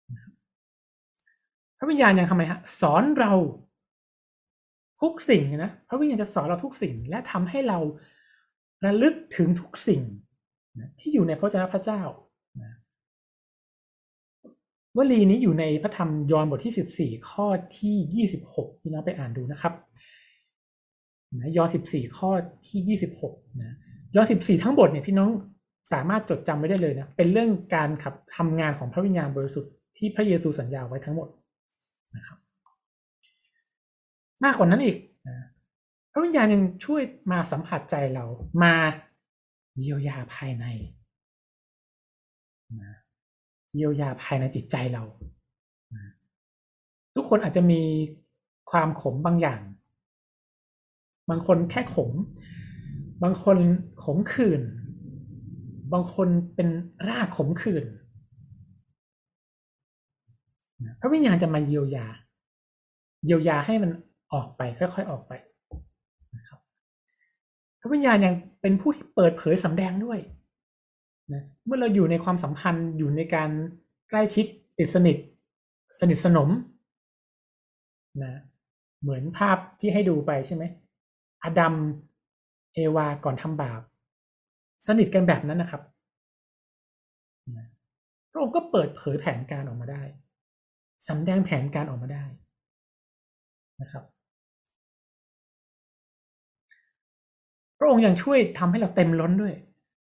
พระวิญญาณยังทำไมฮะสอนเราทุกสิ่งนะพระวิญญาณจะสอนเราทุกสิ่งและทำให้เราระลึกถึงทุกสิ่งที่อยู่ในพระวจนะพระเจ้าวลีนี้อยู่ในพระธรรมยอห์นบทที่14ข้อที่26พี่น้องไปอ่านดูนะครับยอห์น14ข้อที่26นะยอห์น14ทั้งบทเนี่ยพี่น้องสามารถจดจำไว้ได้เลยนะเป็นเรื่องการทำงานของพระวิญญาณบริสุทธิ์ที่พระเยซูสัญญาไว้ทั้งหมดนะครับมากกว่านั้นอีกนะพระวิญญาณยังช่วยมาสัมผัสใจเรามาเยียวยาภายในนะเยียวยาภายในจิตใจเราทุกคนอาจจะมีความขมบางอย่างบางคนแค่ขมบางคนขมขื่นบางคนเป็นรากขมขื่นพระวิญญาณจะมาเยียวยาให้มันออกไปค่อยๆออกไปนะครับพระวิญญาณยังเป็นผู้ที่เปิดเผยสำแดงด้วยนะเมื่อเราอยู่ในความสัมพันธ์อยู่ในการใกล้ชิดติดสนิทสนมนะเหมือนภาพที่ให้ดูไปใช่ไหมอาดัมเอวาก่อนทำบาปสนิทกันแบบนั้นนะครับนะพระองค์ก็เปิดเผยแผนการออกมาได้สำแดงแผนการออกมาได้นะครับพระองค์ยังช่วยทำให้เราเต็มล้นด้วย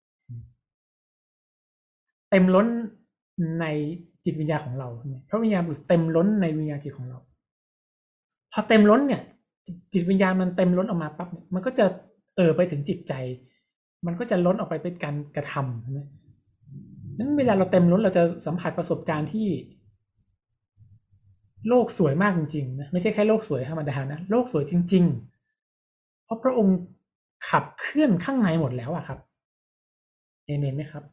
เต็มล้นในจิตวิญญาณของเราพระวิญญาณเต็มล้นในวิญญาณจิตของเราพอเต็มล้นเนี่ยจิตวิญญาณมันเต็มล้นออกมาปั๊บมันก็จะไปถึงจิตใจมันก็จะล้นออกไปเป็นการกระทำใช่ไหมนั้นเวลาเราเต็มล้นเราจะสัมผัสประสบการณ์ที่โลกสวยมากจริงๆนะไม่ใช่แค่โลกสวยธรรมดานะโลกสวยจริงๆเพราะพระองค์ขับเคลื่อนข้างในหมดแล้วอะครับเอเมนไหมครับ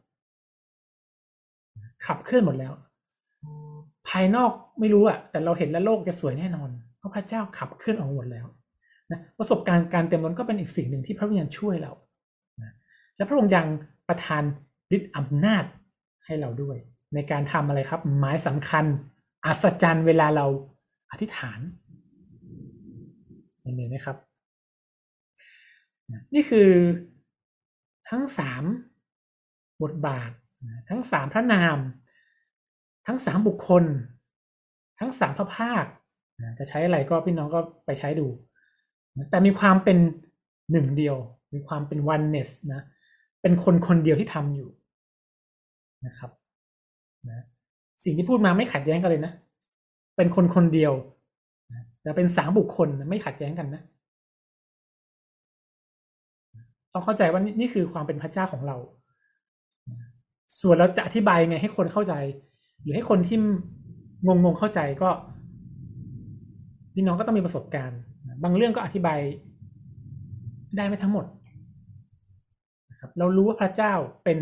ขับเคลื่อนหมดแล้วภายนอกไม่รู้อะแต่เราเห็นแล้วโลกจะสวยแน่นอนเพราะพระเจ้าขับเคลื่อนออกหมดแล้วนะประสบการณ์การเต็มล้นก็เป็นอีกสิ่งหนึ่งที่พระวิญญาณช่วยเรานะและพระองค์ยังประทานฤทธิ์อำนาจให้เราด้วยในการทำอะไรครับหมายสำคัญอัศจรรย์เวลาเราอธิษฐานเห็นไหมครับนี่คือทั้ง3บทบาททั้ง3พระนามทั้ง3บุคคลทั้ง3พระภาคจะใช้อะไรก็พี่น้องก็ไปใช้ดูแต่มีความเป็นหนึ่งเดียวมีความเป็น oneness นะเป็นคนเดียวที่ทำอยู่นะครับนะสิ่งที่พูดมาไม่ขัดแย้งกันเลยนะเป็นคนเดียวแต่เป็น3บุคคลไม่ขัดแย้งกันนะต้องเข้าใจว่านี่คือความเป็นพระเจ้าของเราส่วนเราจะอธิบายยังไงให้คนเข้าใจหรือให้คนที่งงเข้าใจก็พี่น้องก็ต้องมีประสบการณ์บางเรื่องก็อธิบายได้ไม่ทั้งหมดนะครับเรารู้ว่าพระเจ้าเป็น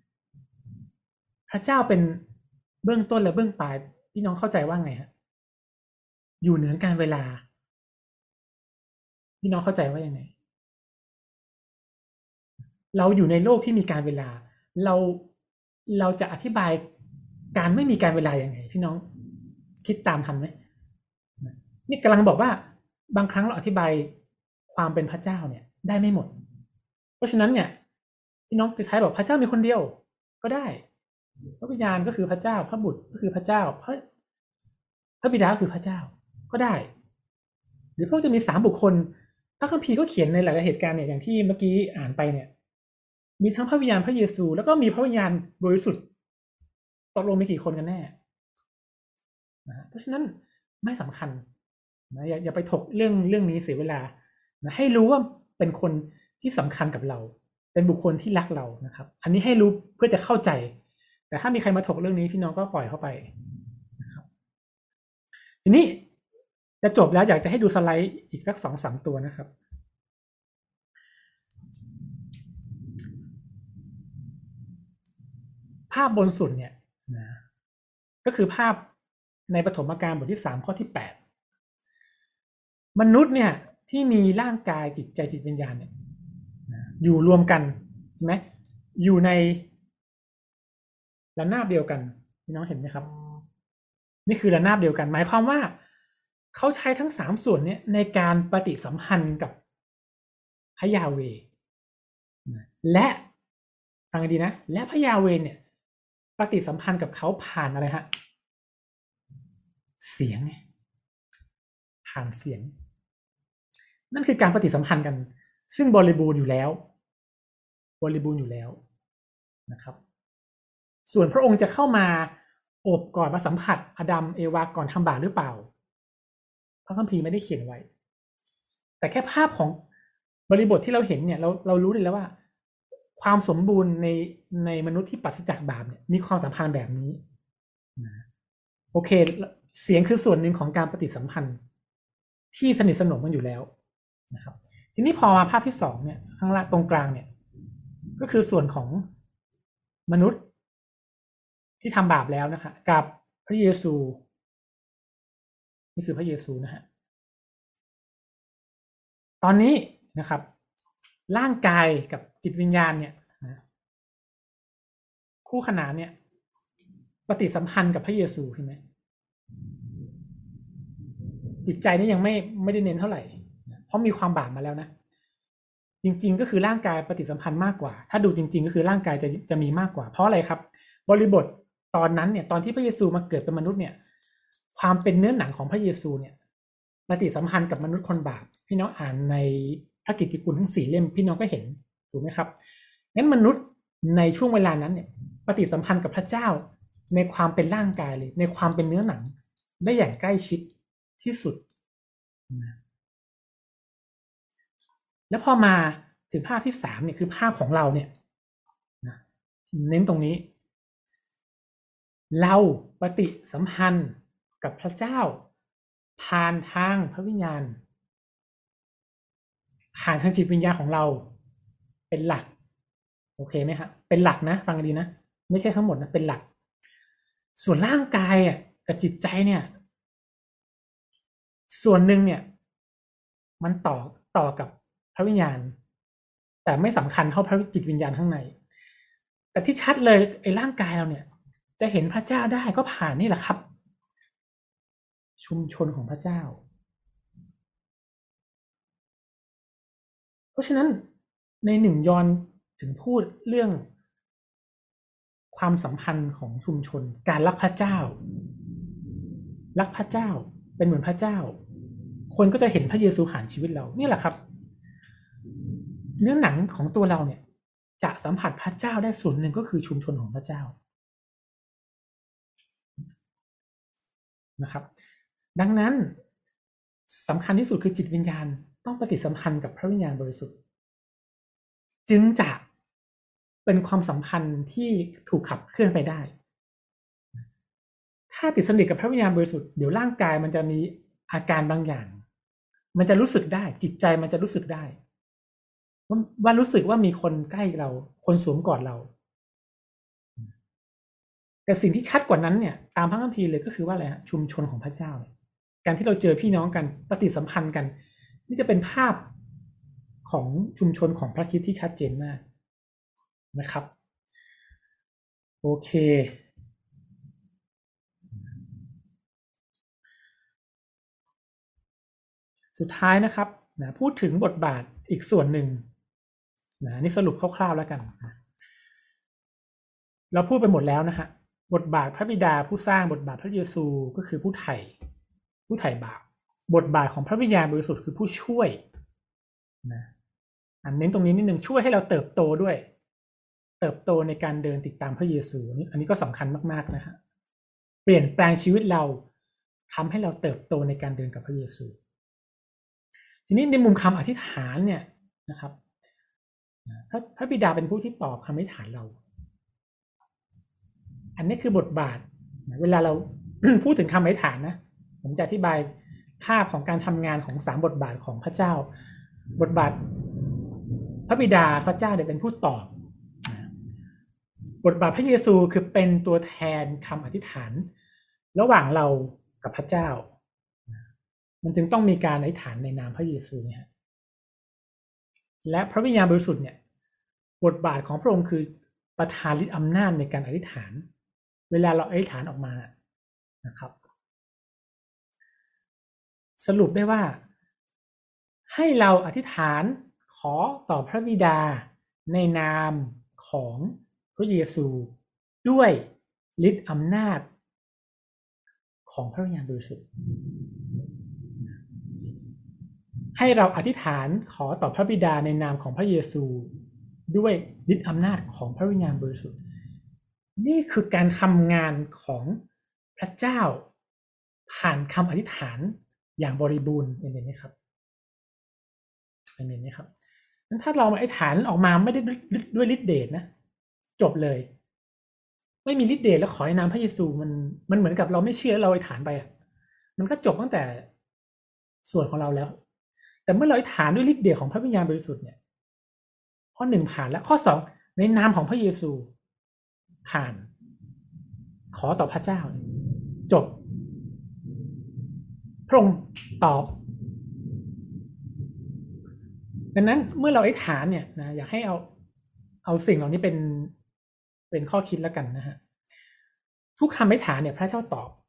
เบื้องต้นและเบื้องปลายพี่น้องเข้าใจว่าไงฮะอยู่เหนือการเวลาพี่น้องเข้าใจว่ายังไงเราอยู่ในโลกที่มีการเวลาเราจะอธิบายการไม่มีการเวลายังไงพี่น้องคิดตามทันไหมนี่กำลังบอกว่าบางครั้งเราอธิบายความเป็นพระเจ้าเนี่ยได้ไม่หมดเพราะฉะนั้นเนี่ยพี่น้องจะใช้บอกพระเจ้ามีคนเดียวก็ได้พระวิญญาณก็คือพระเจ้าพระบุตรก็คือพระเจ้าพระบิดาก็คือพระเจ้าก็ได้หรือพวกจะมี3 บุคคลพระคัมภีร์ก็เขียนในหลายๆเหตุการณ์เนี่ยอย่างที่เมื่อกี้อ่านไปเนี่ยมีทั้งพระวิญญาณพระเยซูแล้วก็มีพระวิญญาณบริสุทธิ์ตกลงมีกี่คนกันแน่นะเพราะฉะนั้นไม่สำคัญนะอย่าไปถกเรื่องนี้เสียเวลานะให้รู้ว่าเป็นคนที่สำคัญกับเราเป็นบุคคลที่รักเรานะครับอันนี้ให้รู้เพื่อจะเข้าใจแต่ถ้ามีใครมาถกเรื่องนี้พี่น้องก็ปล่อยเข้าไปนะครับทีนี้จะจบแล้วอยากจะให้ดูสไลด์อีกสัก 2-3 ตัวนะครับภาพบนสุดเนี่ยนะก็คือภาพในปฐมกาลบทที่3ข้อที่8มนุษย์เนี่ยที่มีร่างกายจิตใจจิตวิญญาณเนี่ยนะอยู่รวมกันใช่ไหมอยู่ในระนาบเดียวกันพี่น้องเห็นไหมครับนี่คือระนาบเดียวกันหมายความว่าเขาใช้ทั้ง3ส่วนนี้ในการปฏิสัมพันธ์กับพระยาเวห์และฟังดีนะและพระยาเวห์เนี่ยปฏิสัมพันธ์กับเขาผ่านอะไรฮะเสียงผ่านเสียงนั่นคือการปฏิสัมพันธ์กันซึ่งบริบูรณ์อยู่แล้วนะครับส่วนพระองค์จะเข้ามาโอบกอดมาสัมผัสอาดัมเอวาก่อนทำบาปหรือเปล่าพระคัมภีร์ไม่ได้เขียนไว้แต่แค่ภาพของบริบทที่เราเห็นเนี่ยเรารู้ได้แล้วว่าความสมบูรณ์ในมนุษย์ที่ปราศจากบาปเนี่ยมีความสัมพันธ์แบบนี้นะโอเคเสียงคือส่วนหนึ่งของการปฏิสัมพันธ์ที่สนิทสนมกันอยู่แล้วนะครับทีนี้พอมาภาพที่2เนี่ยข้างล่างตรงกลางเนี่ยก็คือส่วนของมนุษย์ที่ทำบาปแล้วนะคะกับพระเยซูนี่คือพระเยซูนะฮะตอนนี้นะครับร่างกายกับจิตวิญญาณเนี่ยนะคู่ขนานเนี่ยปฏิสัมพันธ์กับพระเยซูใช่ไหมจิตใจนี่ยังไม่ได้เน้นเท่าไหร่เพราะมีความบาปมาแล้วนะจริงๆก็คือร่างกายปฏิสัมพันธ์มากกว่าถ้าดูจริงๆก็คือร่างกายจะมีมากกว่าเพราะอะไรครับบริบทตอนนั้นเนี่ยตอนที่พระเยซูมาเกิดเป็นมนุษย์เนี่ยความเป็นเนื้อหนังของพระเยซูเนี่ยปฏิสัมพันธ์กับมนุษย์คนบาปพี่น้องอ่านในพระกิตติคุณทั้ง4 เล่มพี่น้องก็เห็นถูกไหมครับงั้นมนุษย์ในช่วงเวลานั้นเนี่ยปฏิสัมพันธ์กับพระเจ้าในความเป็นร่างกายเลยในความเป็นเนื้อหนังได้อย่างใกล้ชิดที่สุดนะแล้วพอมาถึงภาพที่3เนี่ยคือภาพของเราเนี่ยนะเน้นตรงนี้เราปฏิสัมพันธ์กับพระเจ้าผ่านทางพระวิญญาณผ่านทางจิตวิญญาณของเราเป็นหลักโอเคไหมครับเป็นหลักนะฟังดีนะไม่ใช่ทั้งหมดนะเป็นหลักส่วนร่างกายกับจิตใจเนี่ยส่วนหนึ่งเนี่ยมันต่อกับพระวิญญาณแต่ไม่สำคัญเท่าพระจิตวิญญาณข้างในแต่ที่ชัดเลยไอ้ร่างกายเราเนี่ยจะเห็นพระเจ้าได้ก็ผ่านนี่แหละครับชุมชนของพระเจ้าเพราะฉะนั้นใน1 ยอห์นถึงพูดเรื่องความสัมพันธ์ของชุมชนการรักพระเจ้าเป็นเหมือนพระเจ้าคนก็จะเห็นพระเยซูผ่านชีวิตเรานี่แหละครับเนื้อหนังของตัวเราเนี่ยจะสัมผัสพระเจ้าได้ส่วนหนึ่งก็คือชุมชนของพระเจ้านะครับดังนั้นสำคัญที่สุดคือจิตวิญญาณต้องปฏิสัมพันธ์กับพระวิญญาณบริสุทธิ์จึงจะเป็นความสัมพันธ์ที่ถูกขับเคลื่อนไปได้ถ้าติดสนิทกับพระวิญญาณบริสุทธิ์เดี๋ยวร่างกายมันจะมีอาการบางอย่างมันจะรู้สึกได้จิตใจมันจะรู้สึกได้ว่ารู้สึกว่ามีคนใกล้เราคนสวมกอดเราแต่สิ่งที่ชัดกว่านั้นเนี่ยตามพระคัมภีร์เลยก็คือว่าอะไรฮะชุมชนของพระเจ้าการที่เราเจอพี่น้องกันปฏิสัมพันธ์กันนี่จะเป็นภาพของชุมชนของพระคริสต์ที่ชัดเจนมากนะครับโอเคสุดท้ายนะครับนะพูดถึงบทบาทอีกส่วนหนึ่งนะนี่สรุปคร่าวๆแล้วกันนะเราพูดไปหมดแล้วนะฮะบทบาทพระบิดาผู้สร้างบทบาทพระเยซูก็คือผู้ไถ่บาปบทบาทของพระวิญญาณบริสุทธิ์คือผู้ช่วยนะเน้นตรงนี้นิดนึงช่วยให้เราเติบโตด้วยเติบโตในการเดินติดตามพระเยซูอันนี้ก็สำคัญมากๆนะฮะเปลี่ยนแปลงชีวิตเราทำให้เราเติบโตในการเดินกับพระเยซูทีนี้ในมุมคำอธิษฐานเนี่ยนะครับพระบิดาเป็นผู้ที่ตอบคำอธิษฐานเราอันนี้คือบทบาทเวลาเรา พูดถึงคำอธิษฐานนะผมจะอธิบายภาพของการทำงานของ3บทบาทของพระเจ้าบทบาทพระบิดาพระเจ้าเนี่ยเป็นผู้ตอบบทบาทพระเยซูคือเป็นตัวแทนคำอธิษฐานระหว่างเรากับพระเจ้ามันจึงต้องมีการอธิษฐานในนามพระเยซูเนี่ยและพระวิญญาณบริสุทธิ์เนี่ยบทบาทของพระองค์คือประทานฤทธิ์อำนาจในการอธิษฐานเวลาเราอธิษฐานออกมานะครับสรุปได้ว่าให้เราอธิษฐานขอต่อพระบิดาในนามของพระเยซูด้วยฤทธิ์อำนาจของพระวิญญาณบริสุทธิ์ให้เราอธิษฐานขอต่อพระบิดาในนามของพระเยซูด้วยฤทธิ์อำนาจของพระวิญญาณบริสุทธิ์นี่คือการทำงานของพระเจ้าผ่านคำอธิษฐานอย่างบริบูรณ์เห็นไหมครับเห็นไหมครับงั้นถ้าเราอธิษฐานออกมาไม่ได้ด้วยฤทธิ์เดชนะจบเลยไม่มีฤทธิ์เดชแล้วขอในนามพระเยซูมันเหมือนกับเราไม่เชื่อเราอธิษฐานไปมันก็จบตั้งแต่ส่วนของเราแล้วแต่เมื่อเราอธิษฐานด้วยฤทธิ์เดชของพระวิญญาณบริสุทธิ์เนี่ยข้อ1ผ่านแล้วข้อ2ในนามของพระเยซูผ่านขอต่อพระเจ้าจบพระองค์ตอบดังนั้นเมื่อเราอธิษฐานเนี่ยนะอยากให้เอาสิ่งเหล่านี้เป็นข้อคิดแล้วกันนะฮะทุกคำอธิษฐานเนี่ยพระเจ้าตอบ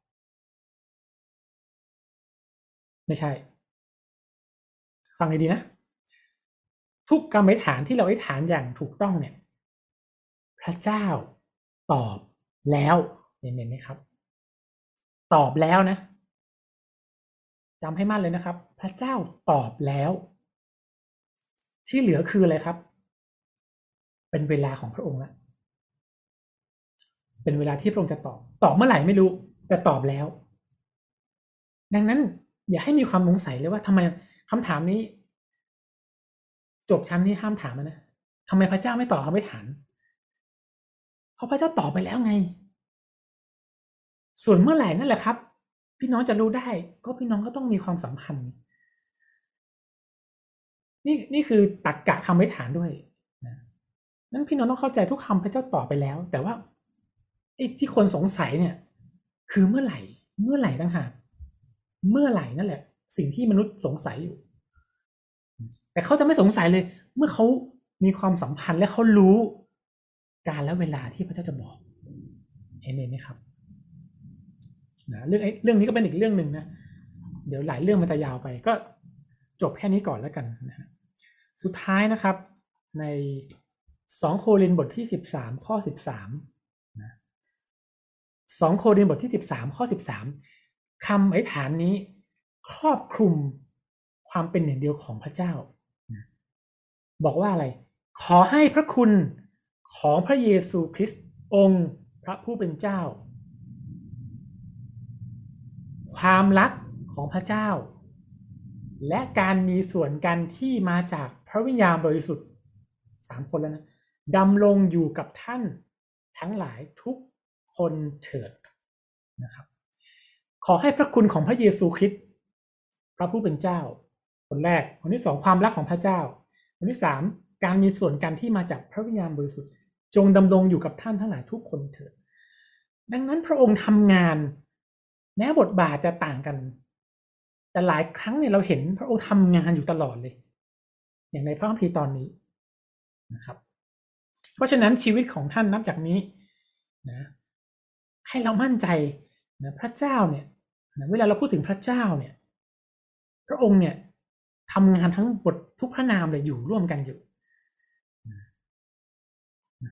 ไม่ใช่ฟังดีๆนะทุกคำอธิษฐานที่เราอธิษฐานอย่างถูกต้องเนี่ยพระเจ้าตอบแล้วเห็นไหมครับตอบแล้วนะจำให้มั่นเลยนะครับพระเจ้าตอบแล้วที่เหลือคืออะไรครับเป็นเวลาของพระองค์แล้วเป็นเวลาที่พระองค์จะตอบเมื่อไหร่ไม่รู้แต่ตอบแล้วดังนั้นอย่าให้มีความสงสัยเลยว่าทำไมคำถามนี้จบชั้นนี้ห้ามถามนะทำไมพระเจ้าไม่ตอบคำอธิษฐานเพราะพระเจ้าตอบไปแล้วไงส่วนเมื่อไหร่นั่นแหละครับพี่น้องจะรู้ได้ก็พี่น้องก็ต้องมีความสัมพันธ์นี่คือตรรกะคำอธิษฐานด้วยนะนั้นพี่น้องต้องเข้าใจทุกคำพระเจ้าตอบไปแล้วแต่ว่าไอ้ที่คนสงสัยเนี่ยคือเมื่อไหร่ต่างหากเมื่อไหร่นั่นแหละสิ่งที่มนุษย์สงสัยอยู่แต่เขาจะไม่สงสัยเลยเมื่อเขามีความสัมพันธ์และเขารู้การและเวลาที่พระเจ้าจะบอกเอเมนไหมครับนะเรื่องนี้ก็เป็นอีกเรื่องหนึ่งนะเดี๋ยวหลายเรื่องมันจะยาวไปก็จบแค่นี้ก่อนแล้วกันนะฮะสุดท้ายนะครับใน2โครินธ์บทที่13ข้อ13นะ2โครินธ์บทที่13ข้อ13คำอธิษฐานนี้ครอบคลุมความเป็นหนึ่งเดียวของพระเจ้านะบอกว่าอะไรขอให้พระคุณของพระเยซูคริสต์องค์พระผู้เป็นเจ้าความรักของพระเจ้าและการมีส่วนกันที่มาจากพระวิญญาณบริสุทธิ์3คนแล้วนะดำรงอยู่กับท่านทั้งหลายทุกคนเถิดนะครับขอให้พระคุณของพระเยซูคริสต์พระผู้เป็นเจ้าคนแรกคนที่2ความรักของพระเจ้าคนที่3การมีส่วนกันที่มาจากพระวิญญาณบริสุทธิ์จงดำรงอยู่กับท่านทั้งหลายทุกคนเถิดดังนั้นพระองค์ทำงานแม้บทบาทจะต่างกันแต่หลายครั้งเนี่ยเราเห็นพระองค์ทำงานอยู่ตลอดเลยอย่างในพระคัมภีร์ตอนนี้นะครับเพราะฉะนั้นชีวิตของท่านนับจากนี้นะให้เรามั่นใจนะพระเจ้าเนี่ยนะเวลาเราพูดถึงพระเจ้าเนี่ยพระองค์เนี่ยทำงานทั้งบททุกพระนามเลยอยู่ร่วมกันอยู่